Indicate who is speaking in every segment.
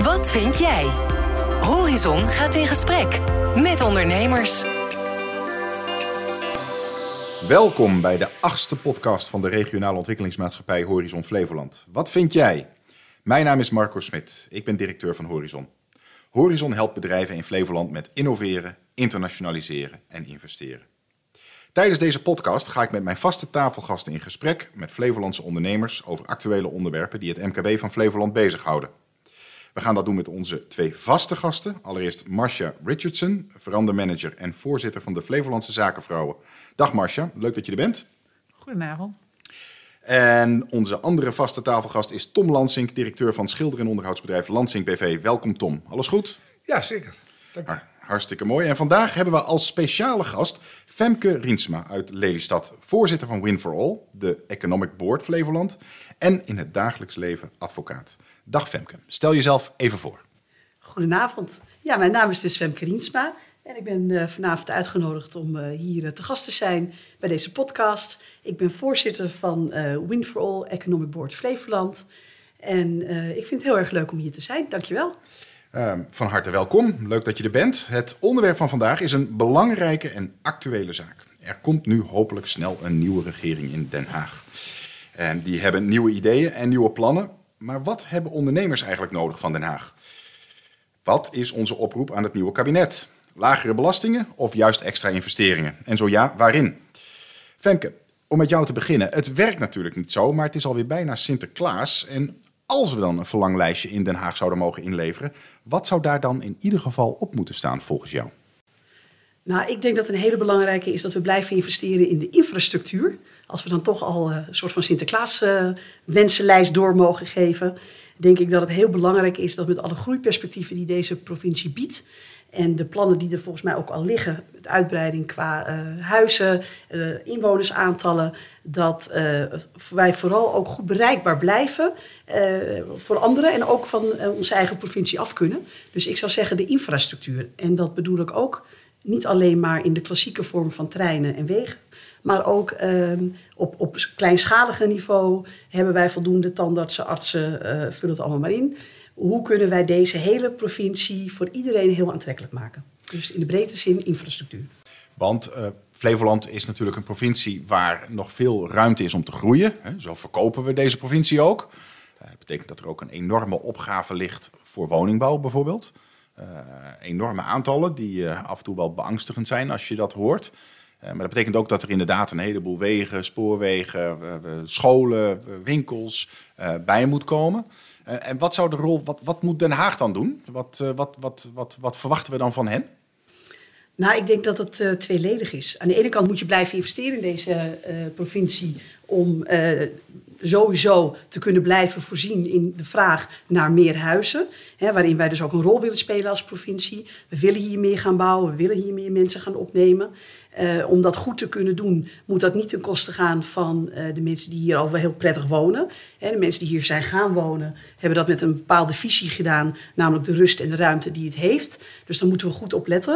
Speaker 1: Wat vind jij? Horizon gaat in gesprek met ondernemers.
Speaker 2: Welkom bij de 8e podcast van de regionale ontwikkelingsmaatschappij Horizon Flevoland. Wat vind jij? Mijn naam is Marco Smit. Ik ben directeur van Horizon. Horizon helpt bedrijven in Flevoland met innoveren, internationaliseren en investeren. Tijdens deze podcast ga ik met mijn vaste tafelgasten in gesprek met Flevolandse ondernemers over actuele onderwerpen die het MKB van Flevoland bezighouden. We gaan dat doen met onze 2 vaste gasten. Allereerst Marcia Richardson, verandermanager en voorzitter van de Flevolandse Zakenvrouwen. Dag Marcia, leuk dat je er bent.
Speaker 3: Goedenavond.
Speaker 2: En onze andere vaste tafelgast is Tom Lansink, directeur van schilder- en onderhoudsbedrijf Lansink BV. Welkom Tom, alles goed?
Speaker 4: Ja, zeker. Dank u.
Speaker 2: Hartstikke mooi. En vandaag hebben we als speciale gast Femke Riensma uit Lelystad, voorzitter van Win for All, de Economic Board Flevoland en in het dagelijks leven advocaat. Dag Femke, stel jezelf even voor.
Speaker 5: Goedenavond. Ja, mijn naam is dus Femke Riensma en ik ben vanavond uitgenodigd om hier te gast te zijn bij deze podcast. Ik ben voorzitter van Win for All Economic Board Flevoland en ik vind het heel erg leuk om hier te zijn. Dankjewel.
Speaker 2: Van harte welkom, leuk dat je er bent. Het onderwerp van vandaag is een belangrijke en actuele zaak. Er komt nu hopelijk snel een nieuwe regering in Den Haag. En die hebben nieuwe ideeën en nieuwe plannen. Maar wat hebben ondernemers eigenlijk nodig van Den Haag? Wat is onze oproep aan het nieuwe kabinet? Lagere belastingen of juist extra investeringen? En zo ja, waarin? Femke, om met jou te beginnen. Het werkt natuurlijk niet zo, maar het is alweer bijna Sinterklaas. En als we dan een verlanglijstje in Den Haag zouden mogen inleveren, wat zou daar dan in ieder geval op moeten staan volgens jou?
Speaker 5: Nou, ik denk dat een hele belangrijke is dat we blijven investeren in de infrastructuur. Als we dan toch al een soort van Sinterklaas wensenlijst door mogen geven, denk ik dat het heel belangrijk is dat met alle groeiperspectieven die deze provincie biedt en de plannen die er volgens mij ook al liggen, met uitbreiding qua huizen, inwonersaantallen, dat wij vooral ook goed bereikbaar blijven voor anderen en ook van onze eigen provincie af kunnen. Dus ik zou zeggen de infrastructuur. En dat bedoel ik ook niet alleen maar in de klassieke vorm van treinen en wegen, maar ook op kleinschalige niveau hebben wij voldoende tandartsen, artsen, vul het allemaal maar in. Hoe kunnen wij deze hele provincie voor iedereen heel aantrekkelijk maken? Dus in de brede zin infrastructuur.
Speaker 2: Want Flevoland is natuurlijk een provincie waar nog veel ruimte is om te groeien. Zo verkopen we deze provincie ook. Dat betekent dat er ook een enorme opgave ligt voor woningbouw bijvoorbeeld. Enorme aantallen die af en toe wel beangstigend zijn als je dat hoort. Maar dat betekent ook dat er inderdaad een heleboel wegen, spoorwegen, scholen, winkels bij moet komen. En wat zou de rol, wat moet Den Haag dan doen? Wat verwachten we dan van hen?
Speaker 5: Nou, ik denk dat het tweeledig is. Aan de ene kant moet je blijven investeren in deze provincie om sowieso te kunnen blijven voorzien in de vraag naar meer huizen. Waarin wij dus ook een rol willen spelen als provincie. We willen hier meer gaan bouwen, we willen hier meer mensen gaan opnemen. Om dat goed te kunnen doen, moet dat niet ten koste gaan van de mensen die hier al wel heel prettig wonen. De mensen die hier zijn gaan wonen, hebben dat met een bepaalde visie gedaan, namelijk de rust en de ruimte die het heeft. Dus daar moeten we goed op letten.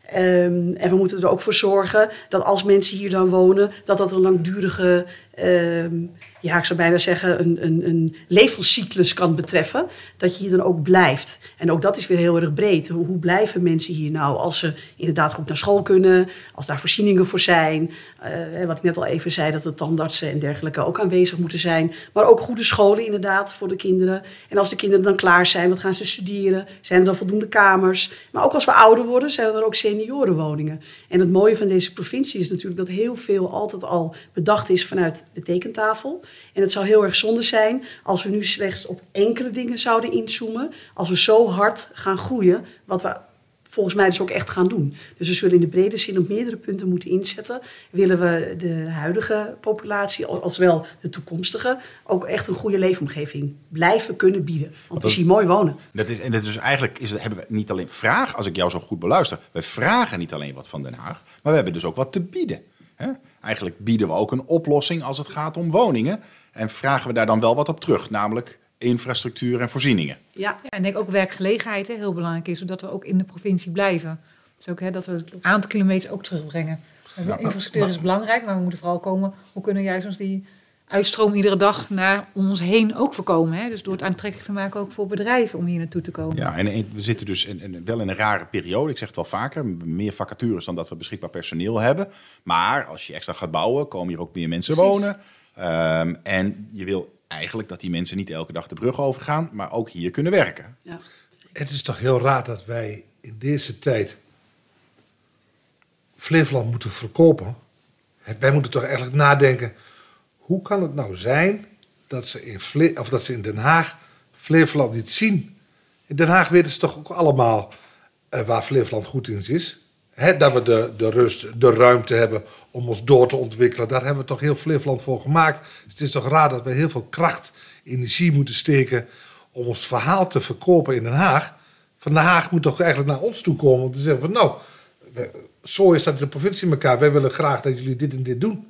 Speaker 5: En we moeten er ook voor zorgen dat als mensen hier dan wonen, dat een langdurige, ik zou bijna zeggen, een levenscyclus kan betreffen. Dat je hier dan ook blijft. En ook dat is weer heel erg breed. Hoe blijven mensen hier nou als ze inderdaad goed naar school kunnen, als daar voorzieningen voor zijn. Wat ik net al even zei, dat de tandartsen en dergelijke ook aanwezig moeten zijn. Maar ook goede scholen inderdaad voor de kinderen. En als de kinderen dan klaar zijn, wat gaan ze studeren? Zijn er dan voldoende kamers? Maar ook als we ouder worden, zijn er ook seniorenwoningen. En het mooie van deze provincie is natuurlijk dat heel veel altijd al bedacht is vanuit de tekentafel. En het zou heel erg zonde zijn als we nu slechts op enkele dingen zouden inzoomen. Als we zo hard gaan groeien, wat we volgens mij dus ook echt gaan doen. Dus we zullen in de brede zin op meerdere punten moeten inzetten. Willen we de huidige populatie, als wel de toekomstige, ook echt een goede leefomgeving blijven kunnen bieden. Want het is hier mooi wonen.
Speaker 2: Dat is dus eigenlijk hebben we niet alleen vraag, als ik jou zo goed beluister. We vragen niet alleen wat van Den Haag, maar we hebben dus ook wat te bieden. Eigenlijk bieden we ook een oplossing als het gaat om woningen. En vragen we daar dan wel wat op terug, namelijk infrastructuur en voorzieningen.
Speaker 3: Ja, en ik denk ook werkgelegenheid heel belangrijk is, zodat we ook in de provincie blijven. Dus ook dat we het aantal kilometers ook terugbrengen. Infrastructuur is belangrijk, maar we moeten vooral komen, hoe kunnen juist ons die uitstroom iedere dag naar om ons heen ook voorkomen. Hè? Dus door het aantrekkelijk te maken ook voor bedrijven om hier naartoe te komen.
Speaker 2: Ja, en we zitten dus wel in een rare periode. Ik zeg het wel vaker. Meer vacatures dan dat we beschikbaar personeel hebben. Maar als je extra gaat bouwen, komen hier ook meer mensen wonen. En je wil eigenlijk dat die mensen niet elke dag de brug overgaan, maar ook hier kunnen werken.
Speaker 5: Ja.
Speaker 4: Het is toch heel raar dat wij in deze tijd Flevoland moeten verkopen. Wij moeten toch eigenlijk nadenken, hoe kan het nou zijn dat ze in Den Haag Flevoland niet zien? In Den Haag weten ze toch ook allemaal waar Flevoland goed in is. Dat we de rust, de ruimte hebben om ons door te ontwikkelen. Daar hebben we toch heel Flevoland voor gemaakt. Dus het is toch raar dat we heel veel kracht, energie moeten steken om ons verhaal te verkopen in Den Haag. Van Den Haag moet toch eigenlijk naar ons toe komen om te zeggen van nou, zo is dat de provincie in elkaar. Wij willen graag dat jullie dit en dit doen.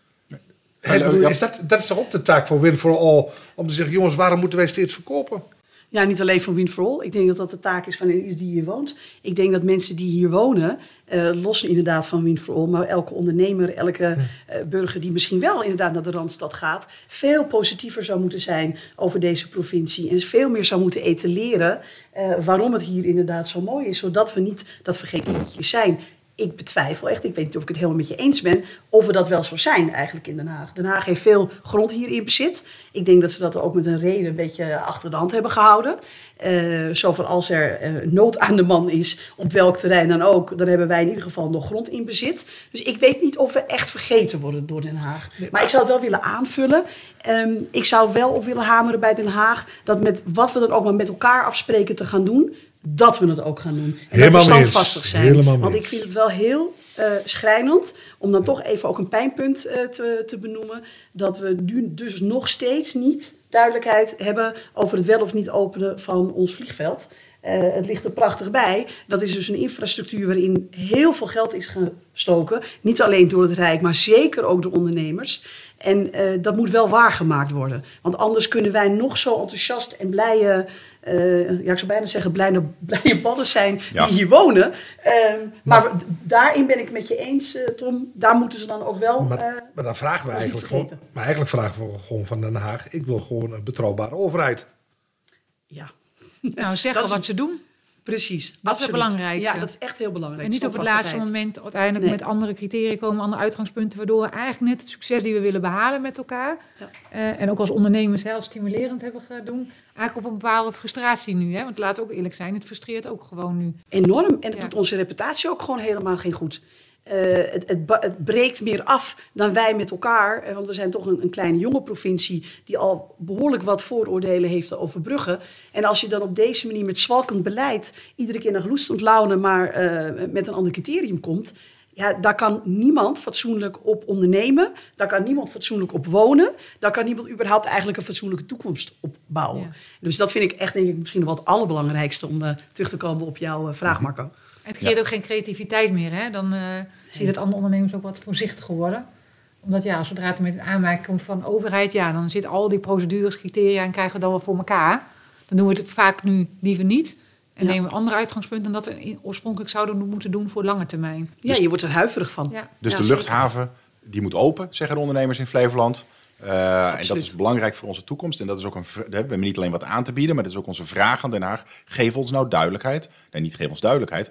Speaker 4: Dat is toch ook de taak van Win for All om te zeggen, jongens, waarom moeten wij steeds verkopen?
Speaker 5: Ja, niet alleen van Win for All. Ik denk dat dat de taak is van iedereen die hier woont. Ik denk dat mensen die hier wonen, los inderdaad van Win for All, maar elke ondernemer, elke burger die misschien wel inderdaad naar de Randstad gaat, veel positiever zou moeten zijn over deze provincie. En veel meer zou moeten etaleren waarom het hier inderdaad zo mooi is. Zodat we niet dat vergeten liedjes zijn. Ik betwijfel echt, ik weet niet of ik het helemaal met je eens ben, of we dat wel zo zijn eigenlijk in Den Haag. Den Haag heeft veel grond hier in bezit. Ik denk dat ze dat ook met een reden een beetje achter de hand hebben gehouden. Zo van als er nood aan de man is, op welk terrein dan ook, dan hebben wij in ieder geval nog grond in bezit. Dus ik weet niet of we echt vergeten worden door Den Haag. Maar ik zou het wel willen aanvullen. Ik zou wel op willen hameren bij Den Haag, dat met wat we dan ook maar met elkaar afspreken te gaan doen, dat we het ook gaan doen. En
Speaker 4: helemaal
Speaker 5: dat we standvastig zijn.
Speaker 4: Helemaal
Speaker 5: Want ik vind het wel heel schrijnend, om dan toch even ook een pijnpunt te benoemen, dat we nu dus nog steeds niet duidelijkheid hebben over het wel of niet openen van ons vliegveld. Het ligt er prachtig bij. Dat is dus een infrastructuur waarin heel veel geld is gestoken. Niet alleen door het Rijk, maar zeker ook door ondernemers. En dat moet wel waargemaakt worden. Want anders kunnen wij nog zo enthousiast en blije, ik zou bijna zeggen blije ballen zijn die hier wonen. Maar daarin ben ik het met je eens, Tom. Daar moeten ze dan ook wel
Speaker 4: maar dan vragen we eigenlijk gewoon, maar eigenlijk vragen we gewoon van Den Haag, ik wil gewoon een betrouwbare overheid.
Speaker 5: Ja.
Speaker 3: Nou, zeggen wat ze doen.
Speaker 5: Precies.
Speaker 3: Dat is het belangrijkste.
Speaker 5: Ja, dat is echt heel belangrijk.
Speaker 3: En niet op het laatste moment uiteindelijk met andere criteria komen, andere uitgangspunten, waardoor we eigenlijk net het succes die we willen behalen met elkaar. Ja. En ook als ondernemers heel stimulerend hebben doen. Eigenlijk op een bepaalde frustratie nu. Hè? Want laten we ook eerlijk zijn, het frustreert ook gewoon nu.
Speaker 5: Enorm. En het doet onze reputatie ook gewoon helemaal geen goed. Het breekt meer af dan wij met elkaar. Want we zijn toch een kleine jonge provincie die al behoorlijk wat vooroordelen heeft over Brugge. En als je dan op deze manier met zwalkend beleid iedere keer naar gloest ontlaunen, maar met een ander criterium komt, ja, daar kan niemand fatsoenlijk op ondernemen. Daar kan niemand fatsoenlijk op wonen. Daar kan niemand überhaupt eigenlijk een fatsoenlijke toekomst op bouwen. Ja. Dus dat vind ik echt, denk ik, misschien wel het allerbelangrijkste om terug te komen op jouw vraag, Marco.
Speaker 3: Het creëert ook geen creativiteit meer. Hè? Dan zie je dat andere ondernemers ook wat voorzichtiger worden. Omdat zodra het met een aanmerking komt van de overheid, dan zitten al die procedures, criteria en krijgen we dan wel voor elkaar. Dan doen we het vaak nu liever niet. En nemen we andere uitgangspunten dan dat we oorspronkelijk zouden moeten doen voor lange termijn.
Speaker 5: Ja, je wordt er huiverig van.
Speaker 3: Ja.
Speaker 2: Dus de luchthaven, die moet open, zeggen de ondernemers in Flevoland. En dat is belangrijk voor onze toekomst. En dat is ook we hebben niet alleen wat aan te bieden, maar dat is ook onze vraag aan Den Haag. Geef ons nou duidelijkheid. Nee, niet geef ons duidelijkheid.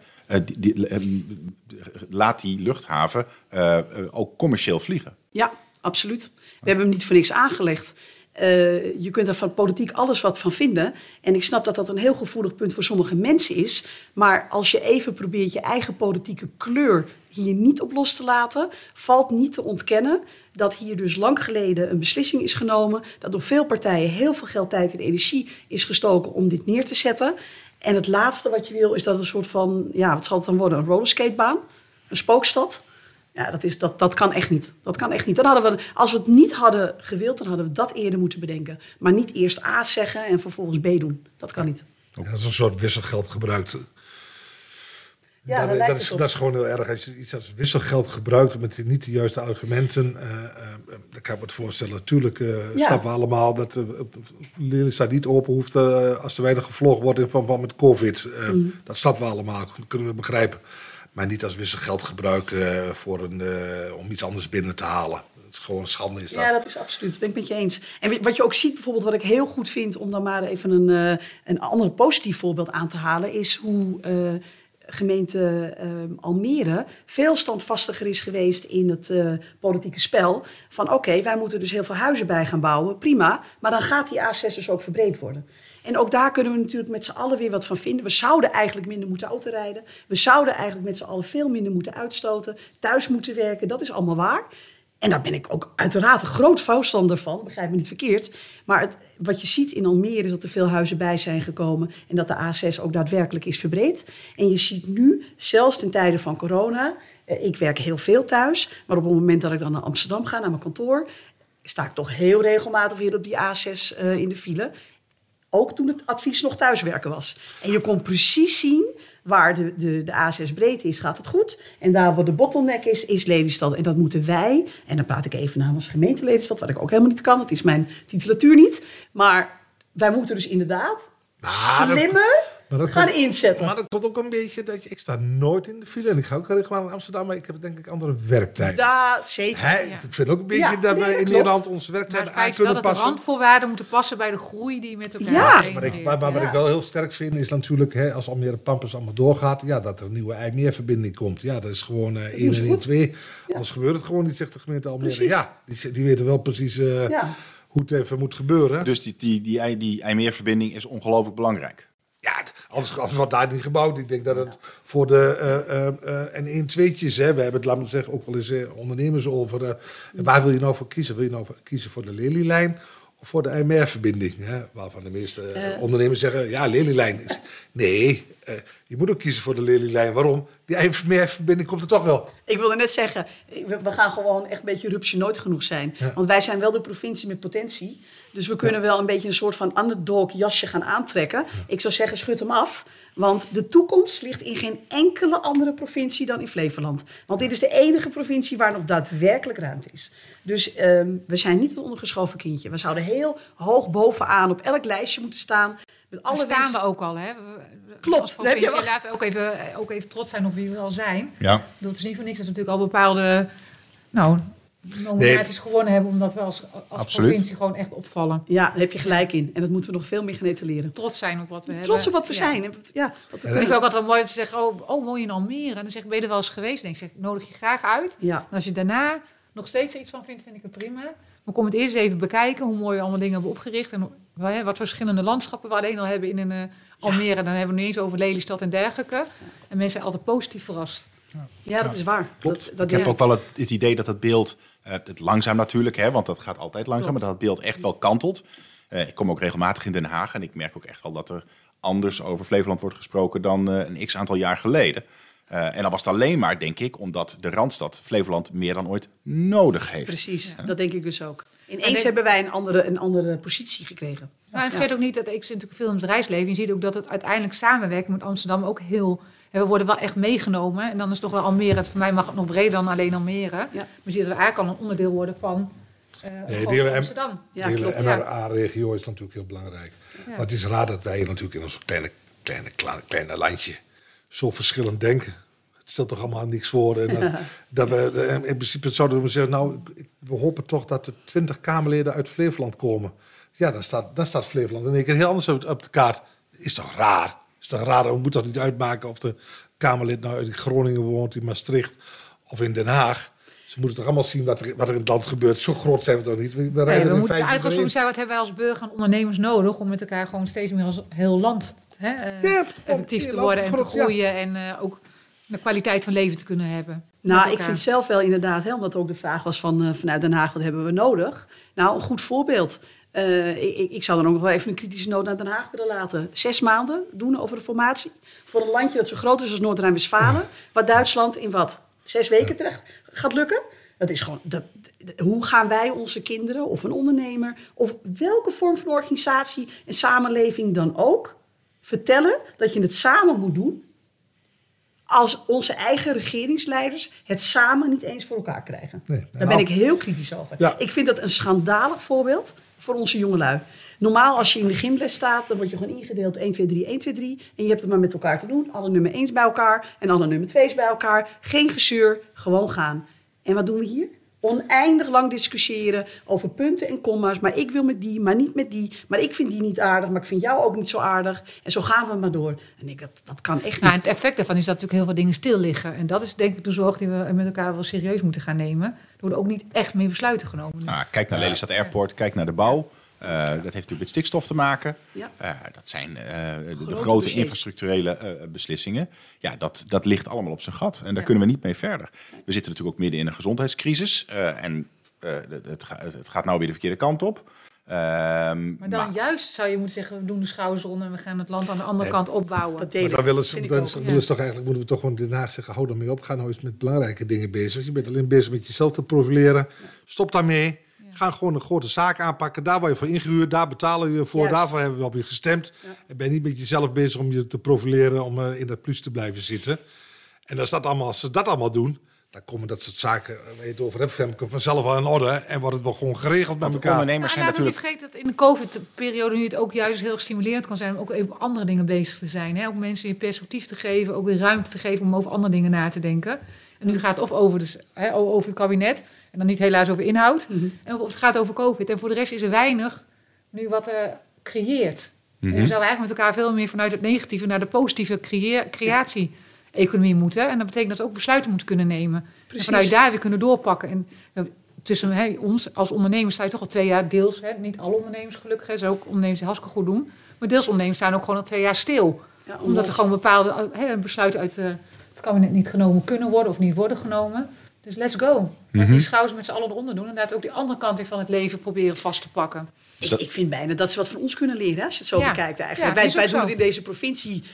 Speaker 2: Laat die luchthaven ook commercieel vliegen.
Speaker 5: Ja, absoluut. We hebben hem niet voor niks aangelegd. Je kunt er van politiek alles wat van vinden. En ik snap dat dat een heel gevoelig punt voor sommige mensen is. Maar als je even probeert je eigen politieke kleur hier niet op los te laten, valt niet te ontkennen dat hier dus lang geleden een beslissing is genomen, dat door veel partijen heel veel geld, tijd en energie is gestoken om dit neer te zetten. En het laatste wat je wil is dat een soort van, wat zal het dan worden, een rollerskatebaan, een spookstad. Ja, dat kan echt niet. Dat kan echt niet. Dan hadden we, als we het niet hadden gewild, dan hadden we dat eerder moeten bedenken. Maar niet eerst A zeggen en vervolgens B doen. Dat kan niet.
Speaker 4: Ja, dat is een soort wisselgeld gebruikt.
Speaker 5: Ja,
Speaker 4: dat is gewoon heel erg. Als je iets als wisselgeld gebruikt met niet de juiste argumenten, dan kan ik me het voorstellen. Natuurlijk snappen we allemaal dat Lelystad niet open hoeft als er weinig gevlogen wordt in verband met COVID. Dat snappen we allemaal. Dat kunnen we begrijpen. Maar niet als wisselgeld gebruiken om iets anders binnen te halen. is gewoon een schande. Is dat.
Speaker 5: Ja, dat is absoluut. Dat ben ik met je eens. En wat je ook ziet, bijvoorbeeld wat ik heel goed vind... om dan maar even een ander positief voorbeeld aan te halen... is hoe gemeente Almere veel standvastiger is geweest... in het politieke spel. Van oké, wij moeten dus heel veel huizen bij gaan bouwen. Prima, maar dan gaat die A6 dus ook verbreed worden. En ook daar kunnen we natuurlijk met z'n allen weer wat van vinden. We zouden eigenlijk minder moeten autorijden. We zouden eigenlijk met z'n allen veel minder moeten uitstoten. Thuis moeten werken, dat is allemaal waar. En daar ben ik ook uiteraard een groot voorstander van. Begrijp me niet verkeerd. Maar wat je ziet in Almere is dat er veel huizen bij zijn gekomen. En dat de A6 ook daadwerkelijk is verbreed. En je ziet nu, zelfs ten tijde van corona... ik werk heel veel thuis. Maar op het moment dat ik dan naar Amsterdam ga, naar mijn kantoor... sta ik toch heel regelmatig weer op die A6 in de file... Ook toen het advies nog thuiswerken was. En je kon precies zien waar de A6 breed is, gaat het goed. En daar waar de bottleneck is Lelystad. En dat moeten wij, en dan praat ik even namens gemeente Lelystad... wat ik ook helemaal niet kan, dat is mijn titulatuur niet. Maar wij moeten dus inderdaad slimmer gaan inzetten.
Speaker 4: Maar dat komt ook een beetje dat ik sta nooit in de file. En ik ga ook regelmatig naar Amsterdam, maar ik heb denk ik andere werktijden.
Speaker 5: Daar, zeker.
Speaker 4: Ik vind ook een beetje dat we in Nederland onze werktijden aan kunnen
Speaker 3: dat
Speaker 4: passen.
Speaker 3: de randvoorwaarden moeten passen bij de groei die met elkaar
Speaker 4: Maar wat ik wel heel sterk vind is natuurlijk... als Almere Pampus allemaal doorgaat... dat er een nieuwe IJmeerverbinding komt. Ja, dat is gewoon 1 en 1, 2. Anders gebeurt het gewoon niet, zegt de gemeente Almere. Precies. Ja, die weten wel precies hoe het even moet gebeuren.
Speaker 2: Dus die IJmeerverbinding is ongelooflijk belangrijk.
Speaker 4: Ja, anders wordt daar niet gebouwd. Ik denk dat het voor de N1-2'tjes... we hebben het, laten we zeggen, ook wel eens ondernemers over... waar wil je nou voor kiezen? Wil je nou kiezen voor de Lelylijn of voor de IJmeerverbinding? Waarvan de meeste ondernemers zeggen, ja, Lelylijn is... Nee, je moet ook kiezen voor de Lelylijn. Waarom? Die IJmeerverbinding komt er toch wel.
Speaker 5: Ik wilde net zeggen, we gaan gewoon echt een beetje rupsje nooit genoeg zijn. Ja. Want wij zijn wel de provincie met potentie. Dus we kunnen wel een beetje een soort van underdog jasje gaan aantrekken. Ja. Ik zou zeggen, schud hem af. Want de toekomst ligt in geen enkele andere provincie dan in Flevoland. Want dit is de enige provincie waar nog daadwerkelijk ruimte is. Dus we zijn niet het ondergeschoven kindje. We zouden heel hoog bovenaan op elk lijstje moeten staan. Met alle
Speaker 3: daar staan we ook al, hè?
Speaker 5: Klopt.
Speaker 3: Laten we ook even trots zijn op wie we al zijn.
Speaker 2: Ja.
Speaker 3: Dat is niet voor niks dat we natuurlijk al bepaalde nominaties gewonnen hebben, omdat we als provincie gewoon echt opvallen.
Speaker 5: Ja, daar heb je gelijk in. En dat moeten we nog veel meer gaan etaleren.
Speaker 3: Trots zijn op wat we hebben.
Speaker 5: Trots op wat we zijn. Ja,
Speaker 3: ik vind het ook altijd wel mooi om te zeggen, woon je in Almere? En dan zeg ik, ben je er wel eens geweest? Ik nodig je graag uit. Ja. En als je daarna nog steeds iets van vindt, vind ik het prima. Maar kom het eerst even bekijken hoe mooi we allemaal dingen hebben opgericht. En wat verschillende landschappen we alleen al hebben in een Almere. Dan hebben we nu eens over Lelystad en dergelijke. En mensen zijn altijd positief verrast.
Speaker 5: Ja, dat is waar.
Speaker 2: Klopt. Ik heb ook wel het idee dat het beeld, het langzaam natuurlijk, want dat gaat altijd langzaam, maar dat het beeld echt wel kantelt. Ik kom ook regelmatig in Den Haag en ik merk ook echt wel dat er anders over Flevoland wordt gesproken dan een x-aantal jaar geleden. En dat was het alleen maar, denk ik, omdat de Randstad Flevoland meer dan ooit nodig heeft.
Speaker 5: Precies, dat denk ik dus ook. Ineens hebben wij een andere positie gekregen.
Speaker 3: Maar het vergeet ook niet dat ik zit natuurlijk veel in het bedrijfsleven. Je ziet ook dat het uiteindelijk samenwerken met Amsterdam ook heel... We worden wel echt meegenomen. En dan is toch wel Almere. Voor mij mag het nog breder dan alleen Almere. Ja. Maar je ziet dat we eigenlijk al een onderdeel worden van Amsterdam.
Speaker 4: De hele MRA-regio is natuurlijk heel belangrijk. Ja. Maar het is raar dat wij natuurlijk in ons kleine landje zo verschillend denken. Het stelt toch allemaal niks voor. En dat we in principe zouden we zeggen, we hopen toch dat er 20 Kamerleden uit Flevoland komen. Ja, dan staat Flevoland in één keer heel anders op de kaart. Is toch raar? Is toch raar? We moeten toch niet uitmaken of de Kamerlid nou uit Groningen woont, in Maastricht of in Den Haag. Ze moeten toch allemaal zien wat er in het land gebeurt. Zo groot zijn we toch niet? We
Speaker 3: moeten de uitgangspunt zijn, wat hebben wij als burger en ondernemers nodig om met elkaar gewoon steeds meer als heel land effectief te worden en te groeien en ook de kwaliteit van leven te kunnen hebben.
Speaker 5: Nou, ik vind zelf wel inderdaad, omdat ook de vraag was vanuit Den Haag, wat hebben we nodig? Nou, een goed voorbeeld. Ik zou dan ook nog wel even een kritische noot naar Den Haag willen laten. 6 maanden doen over de formatie. Voor een landje dat zo groot is als Noord-Rijn-Westfalen. Waar Duitsland in 6 weken terecht gaat lukken. Dat is gewoon... Hoe gaan wij onze kinderen of een ondernemer... of welke vorm van organisatie en samenleving dan ook... vertellen dat je het samen moet doen... als onze eigen regeringsleiders het samen niet eens voor elkaar krijgen. Nee, daar ben ik heel kritisch over. Ja. Ik vind dat een schandalig voorbeeld voor onze jongelui. Normaal als je in de gymles staat, dan word je gewoon ingedeeld 1, 2, 3, 1, 2, 3. En je hebt het maar met elkaar te doen. Alle nummer 1's bij elkaar en alle nummer 2's bij elkaar. Geen gezeur, gewoon gaan. En wat doen we hier? oneindig lang discussiëren over punten en komma's. Maar ik wil met die, maar niet met die. Maar ik vind die niet aardig, maar ik vind jou ook niet zo aardig. En zo gaan we maar door. En dat kan echt
Speaker 3: Nou,
Speaker 5: niet.
Speaker 3: het effect daarvan is dat natuurlijk heel veel dingen stil liggen. En dat is denk ik de zorg die we met elkaar wel serieus moeten gaan nemen. Er worden ook niet echt meer besluiten genomen.
Speaker 2: Nou, kijk naar Lelystad Airport, kijk naar de bouw. Dat heeft natuurlijk met stikstof te maken.
Speaker 5: Ja.
Speaker 2: Dat zijn de
Speaker 5: Grote
Speaker 2: grote
Speaker 5: dossiers.
Speaker 2: infrastructurele beslissingen. Ja, dat ligt allemaal op zijn gat. En daar kunnen we niet mee verder. We zitten natuurlijk ook midden in een gezondheidscrisis. Het gaat nou weer de verkeerde kant op.
Speaker 3: Maar dan juist zou je moeten zeggen, we doen de schouders onder en we gaan het land aan de andere kant opbouwen.
Speaker 5: Dat deel
Speaker 4: Maar
Speaker 5: ik.
Speaker 4: dan willen
Speaker 5: Vind
Speaker 4: ze,
Speaker 5: ik ook.
Speaker 4: toch eigenlijk, moeten we toch gewoon in Den Haag zeggen, hou daarmee op, ga nou eens met belangrijke dingen bezig. Je bent alleen bezig met jezelf te profileren. Stop daarmee. Ga gewoon een grote zaak aanpakken. Daar word je voor ingehuurd, daar betalen we je voor,
Speaker 5: Juist.
Speaker 4: daarvoor hebben we op je gestemd.
Speaker 5: Ja.
Speaker 4: En ben je niet met jezelf bezig om je te profileren, om in dat plus te blijven zitten. En als ze dat allemaal doen, dan komen dat soort zaken, waar je het over hebt, Femke, vanzelf al in orde. En wordt het wel gewoon geregeld met
Speaker 2: de
Speaker 4: elkaar.
Speaker 2: ondernemers zijn
Speaker 3: Laten we
Speaker 2: natuurlijk...
Speaker 3: niet vergeten dat in de COVID-periode nu het ook juist heel stimulerend kan zijn om ook even op andere dingen bezig te zijn. Hè? Ook mensen weer perspectief te geven, ook weer ruimte te geven om over andere dingen na te denken. En nu gaat het of over het kabinet en dan niet helaas over inhoud. En of het gaat over COVID. En voor de rest is er weinig nu wat creëert. En we zouden eigenlijk met elkaar veel meer vanuit het negatieve naar de positieve creatie-economie moeten. En dat betekent dat we ook besluiten moeten kunnen nemen.
Speaker 5: Precies.
Speaker 3: En vanuit daar weer kunnen doorpakken. En tussen ons als ondernemers sta je toch al 2 jaar deels. Niet alle ondernemers gelukkig. Er zijn ook ondernemers die hartstikke goed doen. Maar deels ondernemers staan ook gewoon al 2 jaar stil.
Speaker 5: Ja,
Speaker 3: Omdat er gewoon bepaalde besluiten uit het kabinet niet genomen kunnen worden of niet worden genomen. Dus let's go. Laten die schouders met z'n allen eronder doen. En laten ook die andere kant weer van het leven proberen vast te pakken.
Speaker 5: Ik vind bijna dat ze wat van ons kunnen leren, als je het zo
Speaker 3: Ja.
Speaker 5: bekijkt eigenlijk.
Speaker 3: Ja, is
Speaker 5: Wij
Speaker 3: ook
Speaker 5: doen
Speaker 3: zo.
Speaker 5: het in deze provincie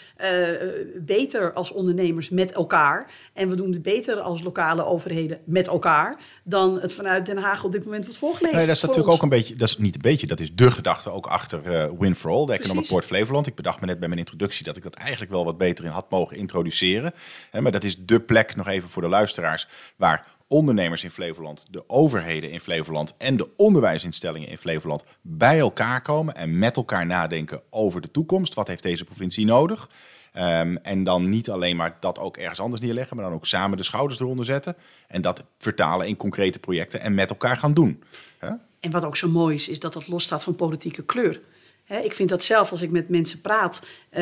Speaker 5: beter als ondernemers met elkaar. En we doen het beter als lokale overheden met elkaar. Dan het vanuit Den Haag op dit moment wordt voorgelezen.
Speaker 2: Nee, dat is
Speaker 5: voor
Speaker 2: natuurlijk
Speaker 5: ons.
Speaker 2: ook een beetje, dat is niet een beetje, dat is de gedachte ook achter Win for All, de Economic
Speaker 5: Precies.
Speaker 2: Port Flevoland. Ik bedacht me net bij mijn introductie dat ik dat eigenlijk wel wat beter in had mogen introduceren. Maar dat is de plek, nog even voor de luisteraars, waar ondernemers in Flevoland, de overheden in Flevoland en de onderwijsinstellingen in Flevoland bij elkaar komen en met elkaar nadenken over de toekomst. Wat heeft deze provincie nodig? En dan niet alleen maar dat ook ergens anders neerleggen, maar dan ook samen de schouders eronder zetten en dat vertalen in concrete projecten en met elkaar gaan doen.
Speaker 5: En wat ook zo mooi is dat dat losstaat van politieke kleur. Ik vind dat zelf, als ik met mensen praat,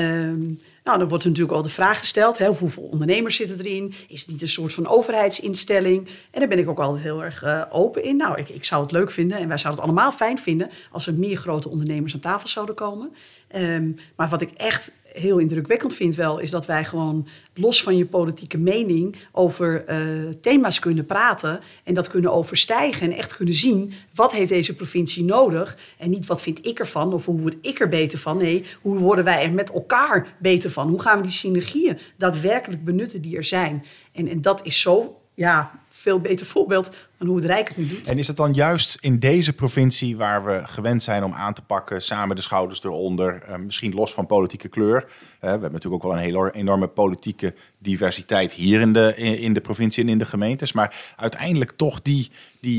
Speaker 5: dan wordt er natuurlijk al de vraag gesteld, hoeveel ondernemers zitten erin? Is het niet een soort van overheidsinstelling? En daar ben ik ook altijd heel erg open in. Nou, ik zou het leuk vinden en wij zouden het allemaal fijn vinden als er meer grote ondernemers aan tafel zouden komen. Maar wat ik echt heel indrukwekkend vind wel, is dat wij gewoon los van je politieke mening over thema's kunnen praten en dat kunnen overstijgen en echt kunnen zien wat heeft deze provincie nodig en niet wat vind ik ervan of hoe word ik er beter van. Nee, hoe worden wij er met elkaar beter van? Hoe gaan we die synergieën daadwerkelijk benutten die er zijn? En dat is zo, veel beter voorbeeld van hoe het Rijk het nu doet.
Speaker 2: En is het dan juist in deze provincie waar we gewend zijn om aan te pakken, samen de schouders eronder, misschien los van politieke kleur. We hebben natuurlijk ook wel een enorme politieke diversiteit hier in de provincie en in de gemeentes. Maar uiteindelijk toch die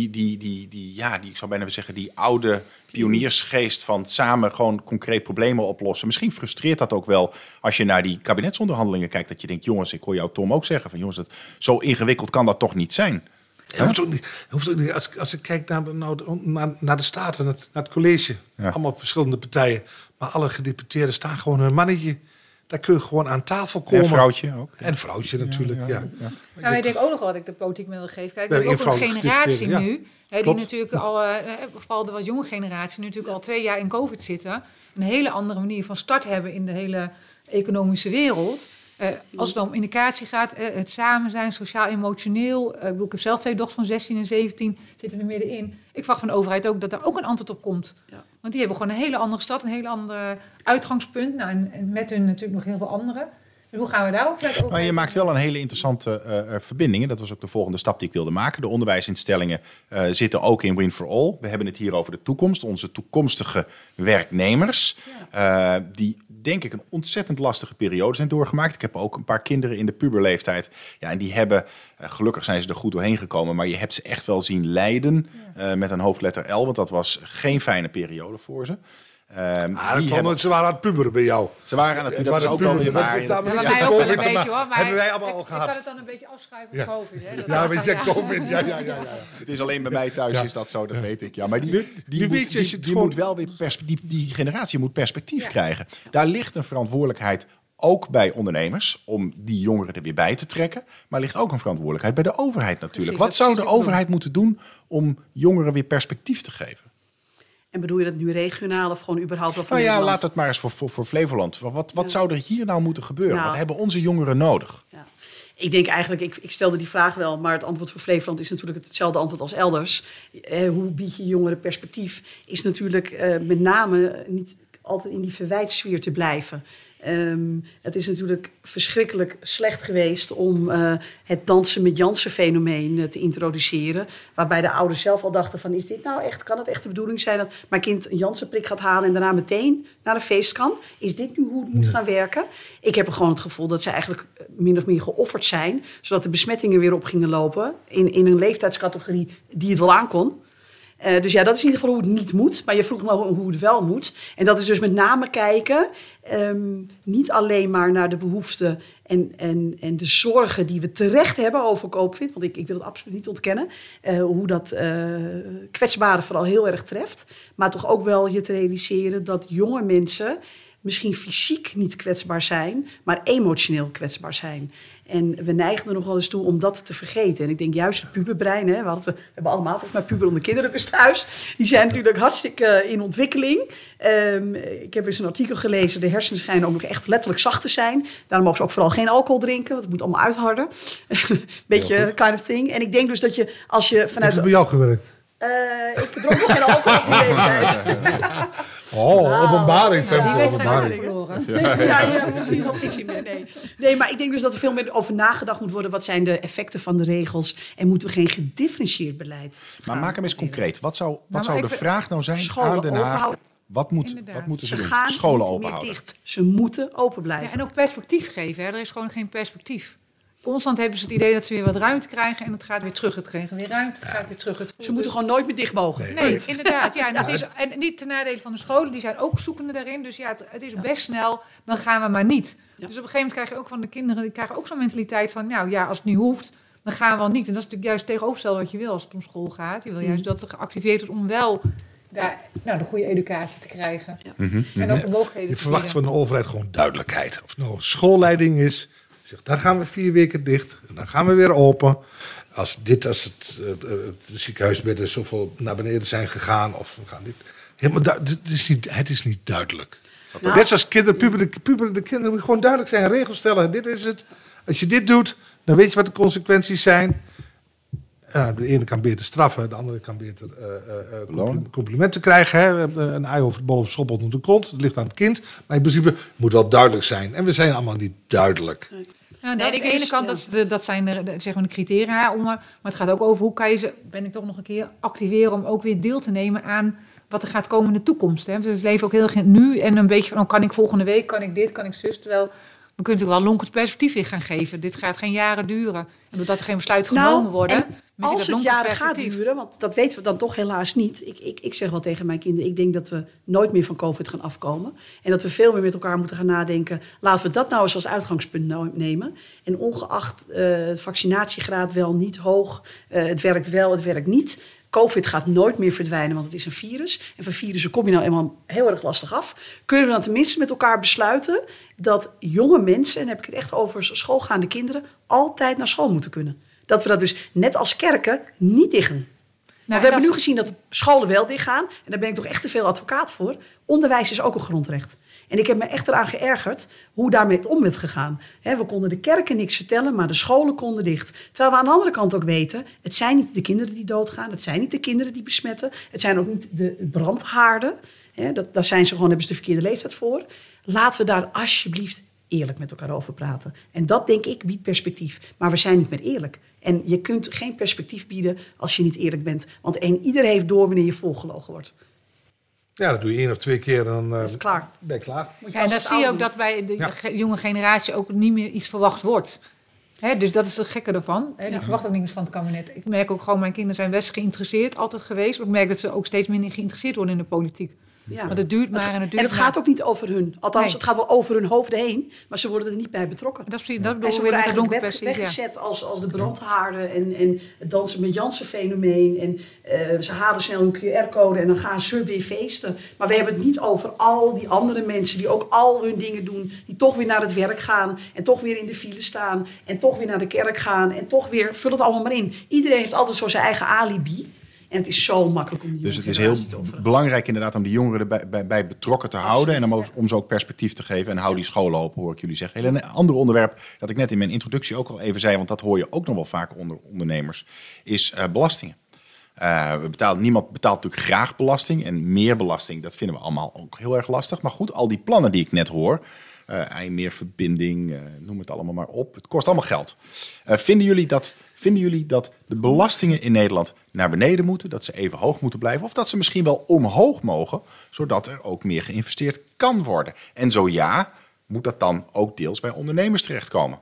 Speaker 2: ik zou bijna willen zeggen, die oude pioniersgeest van samen gewoon concreet problemen oplossen. Misschien frustreert dat ook wel als je naar die kabinetsonderhandelingen kijkt, dat je denkt, jongens, ik hoor jou Tom ook zeggen van jongens, zo ingewikkeld kan dat toch niet zijn?
Speaker 4: Hoeft ook niet. Als ik kijk naar de Staten, naar het college, allemaal verschillende partijen, maar alle gedeputeerden staan gewoon hun mannetje. Daar kun je gewoon aan tafel komen.
Speaker 2: En vrouwtje ook.
Speaker 4: En vrouwtje natuurlijk, ja.
Speaker 3: Nou, ik denk ook nog wat ik de politiek mee wil geven. Kijk, we
Speaker 4: hebben
Speaker 3: hebben ook een
Speaker 4: eenvoudig
Speaker 3: generatie
Speaker 4: gedipteerd,
Speaker 3: nu, die
Speaker 4: klopt.
Speaker 3: natuurlijk al, vooral de wat jonge generatie, natuurlijk al 2 jaar in COVID zitten. Een hele andere manier van start hebben in de hele economische wereld. Als het om indicatie gaat, het samen zijn, sociaal-emotioneel. Ik heb zelf 2 dochters van 16 en 17, zitten er middenin. Ik verwacht van de overheid ook dat daar ook een antwoord op komt. Ja. Want die hebben gewoon een hele andere stad, een hele andere uitgangspunt. Nou, en met hun natuurlijk nog heel veel anderen. Dus hoe gaan we daar ook?
Speaker 2: Maar je maakt wel een hele interessante verbinding. En dat was ook de volgende stap die ik wilde maken. De onderwijsinstellingen zitten ook in Win for All. We hebben het hier over de toekomst. Onze toekomstige werknemers. Ja. Die denk ik een ontzettend lastige periode zijn doorgemaakt. Ik heb ook een paar kinderen in de puberleeftijd. Ja, en die hebben Gelukkig zijn ze er goed doorheen gekomen, maar je hebt ze echt wel zien lijden met een hoofdletter L, want dat was geen fijne periode voor ze.
Speaker 4: Ze waren aan het puberen bij jou.
Speaker 2: Ze waren aan het puberen, dat is ook wel weer waar.
Speaker 3: Ja, bij mij ook wel een beetje hoor. Maar
Speaker 4: hebben wij allemaal al gehad.
Speaker 3: Ik kan het dan een beetje afschuiven op COVID. Hè?
Speaker 4: Ja, weet je, COVID. Ja.
Speaker 2: Het is alleen bij mij thuis is dat zo, dat weet ik. Ja, maar die generatie moet perspectief krijgen. Daar ligt een verantwoordelijkheid ook bij ondernemers om die jongeren er weer bij te trekken. Maar ligt ook een verantwoordelijkheid bij de overheid natuurlijk. Wat zou de overheid moeten doen om jongeren weer perspectief te geven?
Speaker 5: En bedoel je dat nu regionaal of gewoon überhaupt wel van Nederland?
Speaker 2: Laat het maar eens voor Flevoland. Wat zou er hier nou moeten gebeuren?
Speaker 5: Nou,
Speaker 2: wat hebben onze jongeren nodig?
Speaker 5: Ja. Ik denk eigenlijk, ik stelde die vraag wel, maar het antwoord voor Flevoland is natuurlijk hetzelfde antwoord als elders. Hoe bied je jongeren perspectief? Is natuurlijk met name niet altijd in die verwijtsfeer te blijven. Het is natuurlijk verschrikkelijk slecht geweest om het dansen met Jansen fenomeen te introduceren. Waarbij de ouders zelf al dachten van, is dit nou echt, kan het echt de bedoeling zijn dat mijn kind een Jansen prik gaat halen en daarna meteen naar een feest kan? Is dit nu hoe het moet gaan werken? Ik heb gewoon het gevoel dat ze eigenlijk min of meer geofferd zijn, zodat de besmettingen weer op gingen lopen in een leeftijdscategorie die het wel aankon. Dus ja, dat is in ieder geval hoe het niet moet. Maar je vroeg me hoe het wel moet. En dat is dus met name kijken, niet alleen maar naar de behoeften en de zorgen die we terecht hebben over COVID. Want ik wil het absoluut niet ontkennen. Hoe dat kwetsbaren vooral heel erg treft. Maar toch ook wel je te realiseren dat jonge mensen misschien fysiek niet kwetsbaar zijn, maar emotioneel kwetsbaar zijn. En we neigen er nog wel eens toe om dat te vergeten. En ik denk juist het puberbrein, hè, we hebben allemaal volgens mij puberende kinderen dus thuis. Die zijn natuurlijk hartstikke in ontwikkeling. Ik heb eens een artikel gelezen, de hersenen schijnen ook nog echt letterlijk zacht te zijn. Daarom mogen ze ook vooral geen alcohol drinken, want het moet allemaal uitharden. Beetje kind of thing. En ik denk dus dat je, als je vanuit...
Speaker 4: Heeft het bij jou gewerkt?
Speaker 5: Ik dronk nog geen alcohol op die leeftijd.
Speaker 4: Openbaring.
Speaker 3: Die wedstrijd
Speaker 4: Openbaring.
Speaker 3: verloren.
Speaker 5: Ja, precies. Al visie meer. Nee, maar ik denk dus dat er veel meer over nagedacht moet worden. Wat zijn de effecten van de regels? En moeten we geen gedifferentieerd beleid
Speaker 2: Maar maak hem eens concreet. Wat zou de
Speaker 3: ik-
Speaker 2: vraag nou zijn
Speaker 5: Scholen
Speaker 2: aan Den Haag?
Speaker 5: openhouden.
Speaker 2: Wat moeten ze
Speaker 5: Ze
Speaker 2: doen?
Speaker 5: gaan
Speaker 2: Scholen
Speaker 5: niet
Speaker 2: openhouden.
Speaker 5: meer dicht. Ze moeten open blijven.
Speaker 3: Ja, en ook perspectief geven. Hè. Er is gewoon geen perspectief. Constant hebben ze het idee dat ze weer wat ruimte krijgen en het gaat weer terug. Het kregen weer ruimte, het gaat weer terug.
Speaker 5: Ze moeten gewoon nooit meer dicht mogen.
Speaker 3: Nee, inderdaad. Ja, en niet ten nadele van de scholen, die zijn ook zoekende daarin. Dus ja, het is best snel, dan gaan we maar niet.
Speaker 5: Ja.
Speaker 3: Dus op een gegeven moment krijg je ook van de kinderen, die krijgen ook zo'n mentaliteit van, nou ja, als het nu hoeft, dan gaan we wel niet. En dat is natuurlijk juist tegenovergestelde wat je wil als het om school gaat. Je wil juist dat er geactiveerd wordt om wel de goede educatie te krijgen.
Speaker 5: Ja.
Speaker 3: En ook de mogelijkheden
Speaker 4: Je
Speaker 3: te
Speaker 4: verwacht
Speaker 3: bieden.
Speaker 4: van de overheid gewoon duidelijkheid. Of het nou schoolleiding is, zegt dan gaan we 4 weken dicht. En dan gaan we weer open. Als het ziekenhuisbedden zoveel naar beneden zijn gegaan. Of we gaan dit. Het is niet duidelijk.
Speaker 5: Nou,
Speaker 4: Net zoals puberende kinderen moeten gewoon duidelijk zijn. Regels stellen. Dit is het. Als je dit doet, dan weet je wat de consequenties zijn. De ene kan beter straffen, de andere kan beter complimenten krijgen. Hè. Een ei over de bol of schoppelt op de kont. Het ligt aan het kind. Maar in principe moet wel duidelijk zijn. En we zijn allemaal niet duidelijk.
Speaker 3: Nou,
Speaker 5: Nee,
Speaker 3: aan de
Speaker 5: ik
Speaker 3: ene
Speaker 5: dus-
Speaker 3: kant,
Speaker 5: ja.
Speaker 3: dat zijn zeg maar de criteria. Maar het gaat ook over hoe kan je ze, ben ik toch nog een keer, activeren om ook weer deel te nemen aan wat er gaat komen in de toekomst. Hè. Dus we leven ook heel erg in het nu en een beetje van, kan ik volgende week, kan ik dit, kan ik zus. Terwijl we kunnen natuurlijk wel lonkend perspectief weer gaan geven. Dit gaat geen jaren duren. En doordat er geen besluiten genomen worden.
Speaker 5: en
Speaker 3: mis ik
Speaker 5: als
Speaker 3: dat
Speaker 5: het
Speaker 3: lonkend
Speaker 5: jaren gaat
Speaker 3: perspectief.
Speaker 5: duren, want dat weten we dan toch helaas niet. Ik zeg wel tegen mijn kinderen, ik denk dat we nooit meer van COVID gaan afkomen. En dat we veel meer met elkaar moeten gaan nadenken. Laten we dat nou eens als uitgangspunt nemen. En ongeacht de vaccinatiegraad wel niet hoog, het werkt wel, het werkt niet. COVID gaat nooit meer verdwijnen, want het is een virus. En van virussen kom je nou eenmaal heel erg lastig af. Kunnen we dan tenminste met elkaar besluiten dat jonge mensen, en dan heb ik het echt over schoolgaande kinderen, altijd naar school moeten kunnen. Dat we dat dus net als kerken niet dicht doen.
Speaker 3: Nou,
Speaker 5: We hebben nu gezien dat scholen wel dichtgaan. En daar ben ik toch echt te veel advocaat voor. Onderwijs is ook een grondrecht. En ik heb me echt eraan geërgerd hoe daarmee om werd gegaan. We konden de kerken niks vertellen, maar de scholen konden dicht. Terwijl we aan de andere kant ook weten, het zijn niet de kinderen die doodgaan. Het zijn niet de kinderen die besmetten. Het zijn ook niet de brandhaarden. Daar zijn ze gewoon, hebben ze de verkeerde leeftijd voor. Laten we daar alsjeblieft eerlijk met elkaar over praten. En dat, denk ik, biedt perspectief. Maar we zijn niet meer eerlijk. En je kunt geen perspectief bieden als je niet eerlijk bent. Want ieder heeft door wanneer je volgelogen wordt.
Speaker 4: Ja, dat doe je 1 of 2 keer, dan
Speaker 5: Dat is klaar.
Speaker 4: ben je klaar.
Speaker 5: Moet
Speaker 3: Ja, en
Speaker 5: als
Speaker 3: dat
Speaker 5: het
Speaker 3: zie je
Speaker 5: oud
Speaker 3: ook
Speaker 5: doen.
Speaker 3: dat bij de jonge generatie ook niet meer iets verwacht wordt. Dus dat is het gekke ervan. Ik verwacht ook niks van het kabinet. Ik merk ook gewoon, mijn kinderen zijn best geïnteresseerd, altijd geweest. Maar ik merk dat ze ook steeds minder geïnteresseerd worden in de politiek.
Speaker 5: Ja.
Speaker 3: Want het duurt maar en het duurt
Speaker 5: En het gaat ook niet over hun. Althans,
Speaker 3: Nee.
Speaker 5: het gaat wel over hun hoofden heen. Maar ze worden er niet bij betrokken.
Speaker 3: Dat is precies, dat
Speaker 5: En
Speaker 3: bedoel
Speaker 5: ze
Speaker 3: ik weer
Speaker 5: worden
Speaker 3: met de
Speaker 5: eigenlijk
Speaker 3: donkere versie.
Speaker 5: weggezet als de brandhaarden en het dansen met Jansen-fenomeen. En ze halen snel een QR-code en dan gaan ze weer feesten. Maar we hebben het niet over al die andere mensen die ook al hun dingen doen. Die toch weer naar het werk gaan en toch weer in de file staan. En toch weer naar de kerk gaan en toch weer, vul het allemaal maar in. Iedereen heeft altijd zo zijn eigen alibi. En het is zo makkelijk om die
Speaker 2: Dus
Speaker 5: jonge
Speaker 2: het is heel
Speaker 5: generatie te offeren.
Speaker 2: belangrijk inderdaad om die jongeren bij betrokken te houden. En om ze ook perspectief te geven. En hou die scholen open, hoor ik jullie zeggen. Een ander onderwerp dat ik net in mijn introductie ook al even zei, want dat hoor je ook nog wel vaak onder ondernemers, is belastingen. Niemand betaalt natuurlijk graag belasting. En meer belasting, dat vinden we allemaal ook heel erg lastig. Maar goed, al die plannen die ik net hoor, IJmeerverbinding, noem het allemaal maar op. Het kost allemaal geld. Vinden jullie dat de belastingen in Nederland naar beneden moeten? Dat ze even hoog moeten blijven? Of dat ze misschien wel omhoog mogen, zodat er ook meer geïnvesteerd kan worden? En zo ja, moet dat dan ook deels bij ondernemers terechtkomen?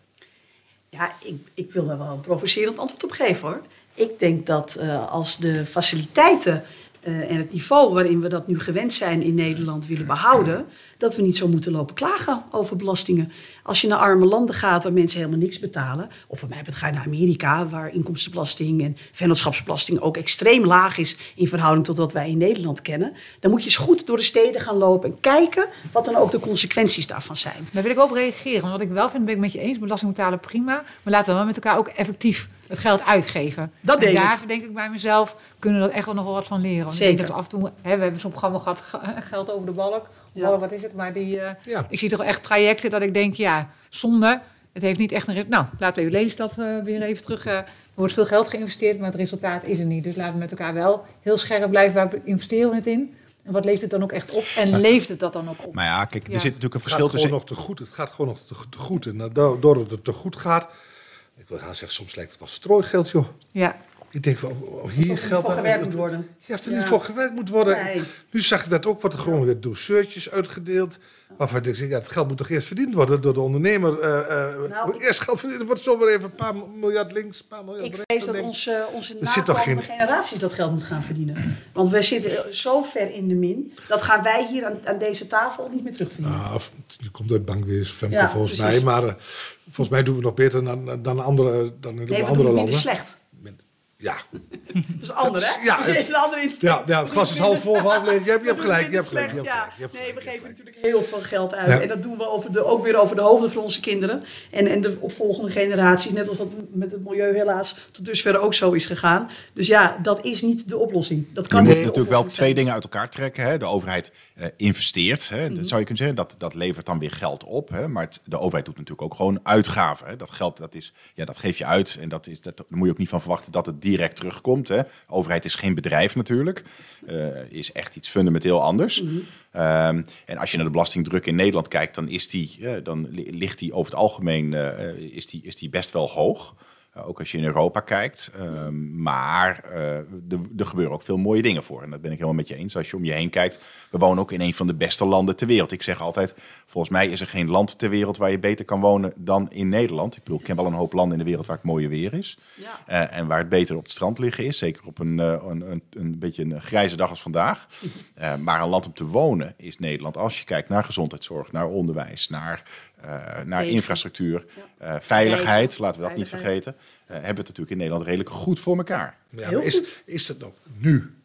Speaker 5: Ja, ik wil daar wel een provocerend antwoord op geven, hoor. Ik denk dat als de faciliteiten en het niveau waarin we dat nu gewend zijn in Nederland willen behouden, dat we niet zo moeten lopen klagen over belastingen. Als je naar arme landen gaat waar mensen helemaal niks betalen, of voor mij ga je naar Amerika, waar inkomstenbelasting en vennootschapsbelasting ook extreem laag is in verhouding tot wat wij in Nederland kennen, dan moet je eens goed door de steden gaan lopen en kijken wat dan ook de consequenties daarvan zijn.
Speaker 3: Daar wil ik op reageren. Want wat ik wel vind, ben ik met je eens. Belasting betalen prima. Maar laten we wel met elkaar ook effectief het geld uitgeven.
Speaker 5: Dat denk ik.
Speaker 3: Daar denk ik bij mezelf, kunnen we dat echt wel nog wel wat van leren. Want
Speaker 5: Zeker.
Speaker 3: Ik denk dat we af en toe, we hebben zo'n programma gehad, geld over de balk.
Speaker 5: Ja.
Speaker 3: Wat is het? Maar
Speaker 4: Ja.
Speaker 3: ik zie toch echt trajecten dat ik denk, ja, zonde. Het heeft niet echt een... Nou, laten we even Lelystad weer even terug. Er wordt veel geld geïnvesteerd, maar het resultaat is er niet. Dus laten we met elkaar wel heel scherp blijven. Waar investeren we het in? En wat leeft het dan ook echt op? En leeft het dat dan ook op?
Speaker 2: Maar ja, kijk,
Speaker 3: Ja.
Speaker 2: er zit natuurlijk een
Speaker 4: Het
Speaker 2: verschil
Speaker 4: gaat gewoon
Speaker 2: tussen...
Speaker 4: nog te goed. Het gaat gewoon nog te goed. En doordat het te goed gaat, ik wil zeggen, soms lijkt het wel strooigeld, joh.
Speaker 3: Ja.
Speaker 4: Ik denk van, hier
Speaker 5: Er
Speaker 4: geldt
Speaker 5: voor gewerkt moet worden.
Speaker 4: Ja, of er
Speaker 5: Ja.
Speaker 4: niet voor gewerkt moet worden.
Speaker 5: Nee.
Speaker 4: Nu zag ik dat ook, wordt er gewoon weer douceurtjes uitgedeeld. Waarvan ik denk, ja, het geld moet toch eerst verdiend worden door de ondernemer. Moet eerst geld verdienen, wordt zomaar even een paar miljard links, een paar miljard
Speaker 5: Ik
Speaker 4: rechts.
Speaker 5: vrees
Speaker 4: Dan
Speaker 5: dat
Speaker 4: denk ik,
Speaker 5: onze
Speaker 4: Er zit toch
Speaker 5: nakomende
Speaker 4: geen-
Speaker 5: generaties dat geld moet gaan verdienen. Want we zitten zo ver in de min. Dat gaan wij hier aan deze tafel niet meer terugverdienen.
Speaker 4: Nou, je komt uit bankweer, Femke,
Speaker 5: Ja,
Speaker 4: volgens
Speaker 5: precies.
Speaker 4: mij. Maar volgens mij doen we nog beter dan andere, dan in
Speaker 5: Nee,
Speaker 4: de
Speaker 5: we doen
Speaker 4: andere
Speaker 5: het
Speaker 4: landen.
Speaker 5: minder slecht.
Speaker 4: Ja,
Speaker 5: Dat is anders, hè?
Speaker 4: Ja,
Speaker 5: Dus heeft een andere insteek.
Speaker 4: ja, het glas is half vol, half leeg. Je hebt gelijk, je hebt gelijk.
Speaker 5: Slecht,
Speaker 4: Je
Speaker 5: ja.
Speaker 4: hebt gelijk.
Speaker 5: Nee, we geven natuurlijk heel veel geld uit.
Speaker 4: Ja.
Speaker 5: En dat doen we ook weer over de hoofden van onze kinderen. En de opvolgende generaties. Net als dat met het milieu helaas tot dusver ook zo is gegaan. Dus ja, dat is niet de oplossing. Dat
Speaker 2: Je
Speaker 5: kan
Speaker 2: moet
Speaker 5: niet de
Speaker 2: natuurlijk wel
Speaker 5: oplossing
Speaker 2: twee
Speaker 5: zijn.
Speaker 2: dingen uit elkaar trekken. Hè. De overheid investeert, hè. Dat zou je kunnen zeggen. Dat levert dan weer geld op. Hè. Maar de overheid doet natuurlijk ook gewoon uitgaven. Hè. Dat geld, dat geef je uit. En daar moet je ook niet van verwachten dat het direct terugkomt. Hè. De overheid is geen bedrijf natuurlijk. Is echt iets fundamenteel anders. En als je naar de belastingdruk in Nederland kijkt, dan ligt die over het algemeen is die best wel hoog. Ook als je in Europa kijkt. Maar er gebeuren ook veel mooie dingen voor. En dat ben ik helemaal met je eens. Als je om je heen kijkt. We wonen ook in een van de beste landen ter wereld. Ik zeg altijd, volgens mij is er geen land ter wereld waar je beter kan wonen dan in Nederland. Ik bedoel, ik ken wel een hoop landen in de wereld waar het mooie weer is.
Speaker 5: Ja.
Speaker 2: En waar het beter op het strand liggen is. Zeker op een beetje een grijze dag als vandaag. Maar een land om te wonen is Nederland. Als je kijkt naar gezondheidszorg, naar onderwijs, naar infrastructuur, veiligheid, laten we dat niet vergeten. Hebben we het natuurlijk in Nederland redelijk goed voor elkaar.
Speaker 4: Ja,
Speaker 5: Heel
Speaker 4: maar
Speaker 5: goed.
Speaker 4: is het nou nu?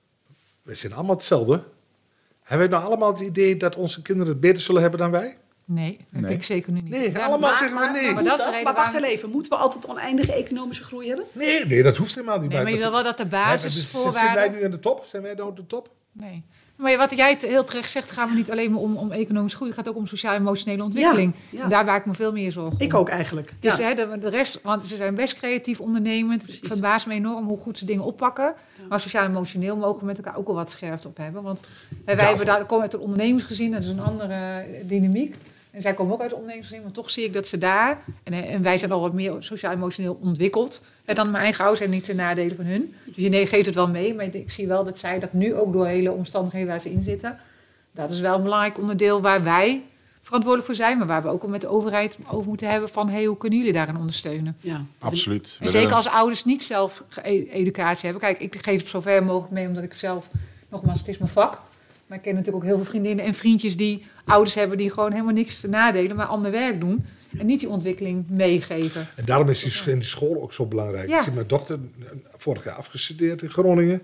Speaker 4: We zijn allemaal hetzelfde. Hebben wij nou allemaal het idee dat onze kinderen het beter zullen hebben dan wij?
Speaker 3: Nee, dat
Speaker 2: Nee.
Speaker 3: denk ik zeker nu niet.
Speaker 4: Nee,
Speaker 3: Ja,
Speaker 4: allemaal zeggen we nee.
Speaker 3: Maar dat is de
Speaker 5: Maar
Speaker 3: reden
Speaker 5: wacht
Speaker 3: waarom-
Speaker 5: even, moeten we altijd oneindige economische groei hebben?
Speaker 4: Nee, dat hoeft helemaal niet.
Speaker 3: Nee, maar je wil wel dat de
Speaker 4: Zijn wij
Speaker 3: basisvoorwaarden...
Speaker 4: nu aan de top? Zijn wij nou de top?
Speaker 3: Nee. Maar wat jij heel terecht zegt, gaat me niet alleen maar om economische groei. Het gaat ook om sociaal-emotionele ontwikkeling.
Speaker 5: Ja, ja.
Speaker 3: En daar waar ik me veel meer zorgen om.
Speaker 5: Ik ook eigenlijk.
Speaker 3: Dus
Speaker 5: Ja.
Speaker 3: de rest, want ze zijn best creatief ondernemend. Het verbaast me enorm hoe goed ze dingen oppakken. Maar sociaal-emotioneel mogen we met elkaar ook wel wat scherpte op hebben. Want wij komen uit een ondernemersgezin, dat is een andere dynamiek. En zij komen ook uit een ondernemersgezin, maar toch zie ik dat ze daar... En wij zijn al wat meer sociaal-emotioneel ontwikkeld dan mijn eigen ouders en niet ten nadele van hun. Dus je geeft het wel mee, maar ik zie wel dat zij dat nu ook door hele omstandigheden waar ze in zitten... Dat is wel een belangrijk onderdeel waar wij verantwoordelijk voor zijn. Maar waar we ook al met de overheid over moeten hebben van... hoe kunnen jullie daarin ondersteunen?
Speaker 5: Ja.
Speaker 2: Absoluut.
Speaker 3: En zeker als ouders niet zelf educatie hebben. Kijk, ik geef het zo ver mogelijk mee, omdat ik zelf... Nogmaals, het is mijn vak. Maar ik ken natuurlijk ook heel veel vriendinnen en vriendjes die ouders hebben... die gewoon helemaal niks te nadelen, maar ander werk doen. En niet die ontwikkeling meegeven.
Speaker 4: En daarom is die in de school ook zo belangrijk.
Speaker 3: Ja.
Speaker 4: Ik zie mijn dochter vorig jaar afgestudeerd in Groningen.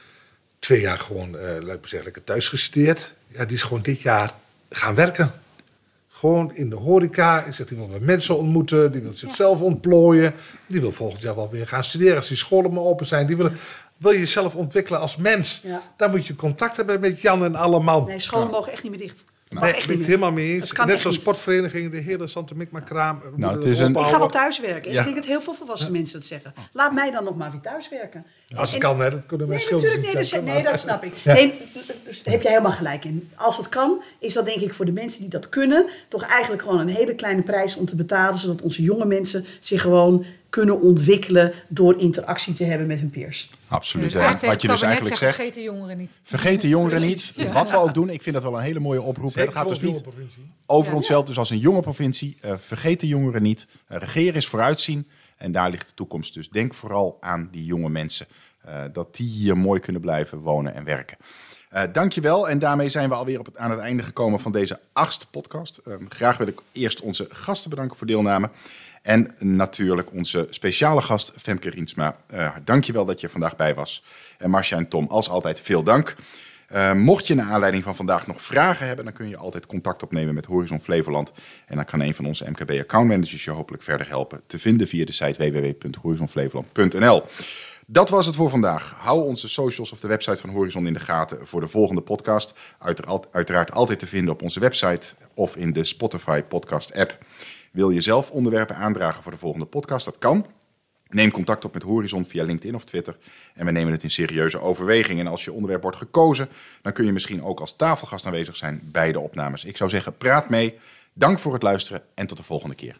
Speaker 4: 2 jaar gewoon, laat ik zeggen, lekker thuis gestudeerd. Ja, die is gewoon dit jaar gaan werken. Gewoon in de horeca. Ik zeg, die wil met mensen ontmoeten. Die wil zichzelf ontplooien. Die wil volgend jaar wel weer gaan studeren. Als die scholen maar open zijn. Die wil je jezelf ontwikkelen als mens.
Speaker 5: Ja.
Speaker 4: Dan moet je contact hebben met Jan en alle man.
Speaker 5: Nee, scholen mogen echt niet meer dicht.
Speaker 4: Nee, ik ben het helemaal mee eens.
Speaker 5: Dat kan
Speaker 4: Net
Speaker 5: echt
Speaker 4: zoals
Speaker 5: niet.
Speaker 4: sportverenigingen, de hele Santa Mikma-kraam.
Speaker 2: het is een-
Speaker 5: Ik ga wel thuiswerken.
Speaker 2: Ja.
Speaker 5: Ik denk dat heel veel volwassen mensen dat zeggen. Laat mij dan nog maar weer thuiswerken.
Speaker 4: Als het
Speaker 5: En-
Speaker 4: kan, hè, dat kunnen wij
Speaker 5: Nee,
Speaker 4: schilders
Speaker 5: natuurlijk.
Speaker 4: niet zeggen,
Speaker 5: Nee,
Speaker 4: maar-
Speaker 5: dat snap ik.
Speaker 4: Ja.
Speaker 5: Nee, dus daar heb jij helemaal gelijk in. Als het kan, is dat denk ik voor de mensen die dat kunnen... toch eigenlijk gewoon een hele kleine prijs om te betalen... zodat onze jonge mensen zich gewoon kunnen ontwikkelen... door interactie te hebben met hun peers.
Speaker 2: Absoluut.
Speaker 3: Dus eigenlijk
Speaker 2: Wat je dus
Speaker 3: het kabinet
Speaker 2: eigenlijk zegt,
Speaker 3: vergeet de jongeren niet.
Speaker 2: vergeet de jongeren niet. Wat we ook doen, ik vind dat wel een hele mooie oproep. Het
Speaker 4: Zeker
Speaker 2: gaat
Speaker 4: voor
Speaker 2: dus
Speaker 4: onze
Speaker 2: niet
Speaker 4: jonge provincie.
Speaker 2: over
Speaker 3: Ja.
Speaker 2: onszelf, dus als een jonge provincie. Vergeet de jongeren niet. Regeren is vooruitzien. En daar ligt de toekomst. Dus denk vooral aan die jonge mensen. Dat die hier mooi kunnen blijven wonen en werken. Dankjewel. En daarmee zijn we alweer aan het einde gekomen van deze 8e podcast. Graag wil ik eerst onze gasten bedanken voor deelname. En natuurlijk onze speciale gast Femke Riensma. Dankjewel dat je vandaag bij was. En Marcia en Tom, als altijd veel dank. Mocht je naar aanleiding van vandaag nog vragen hebben... dan kun je altijd contact opnemen met Horizon Flevoland. En dan kan een van onze MKB-accountmanagers je hopelijk verder helpen... te vinden via de site www.horizonflevoland.nl. Dat was het voor vandaag. Hou onze socials of de website van Horizon in de gaten voor de volgende podcast. Uiteraard altijd te vinden op onze website of in de Spotify podcast app. Wil je zelf onderwerpen aandragen voor de volgende podcast? Dat kan. Neem contact op met Horizon via LinkedIn of Twitter. En we nemen het in serieuze overweging. En als je onderwerp wordt gekozen, dan kun je misschien ook als tafelgast aanwezig zijn bij de opnames. Ik zou zeggen, praat mee. Dank voor het luisteren en tot de volgende keer.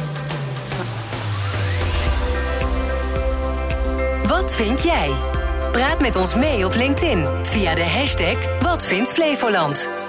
Speaker 1: Wat vind jij? Praat met ons mee op LinkedIn via de hashtag #WatVindtFlevoland.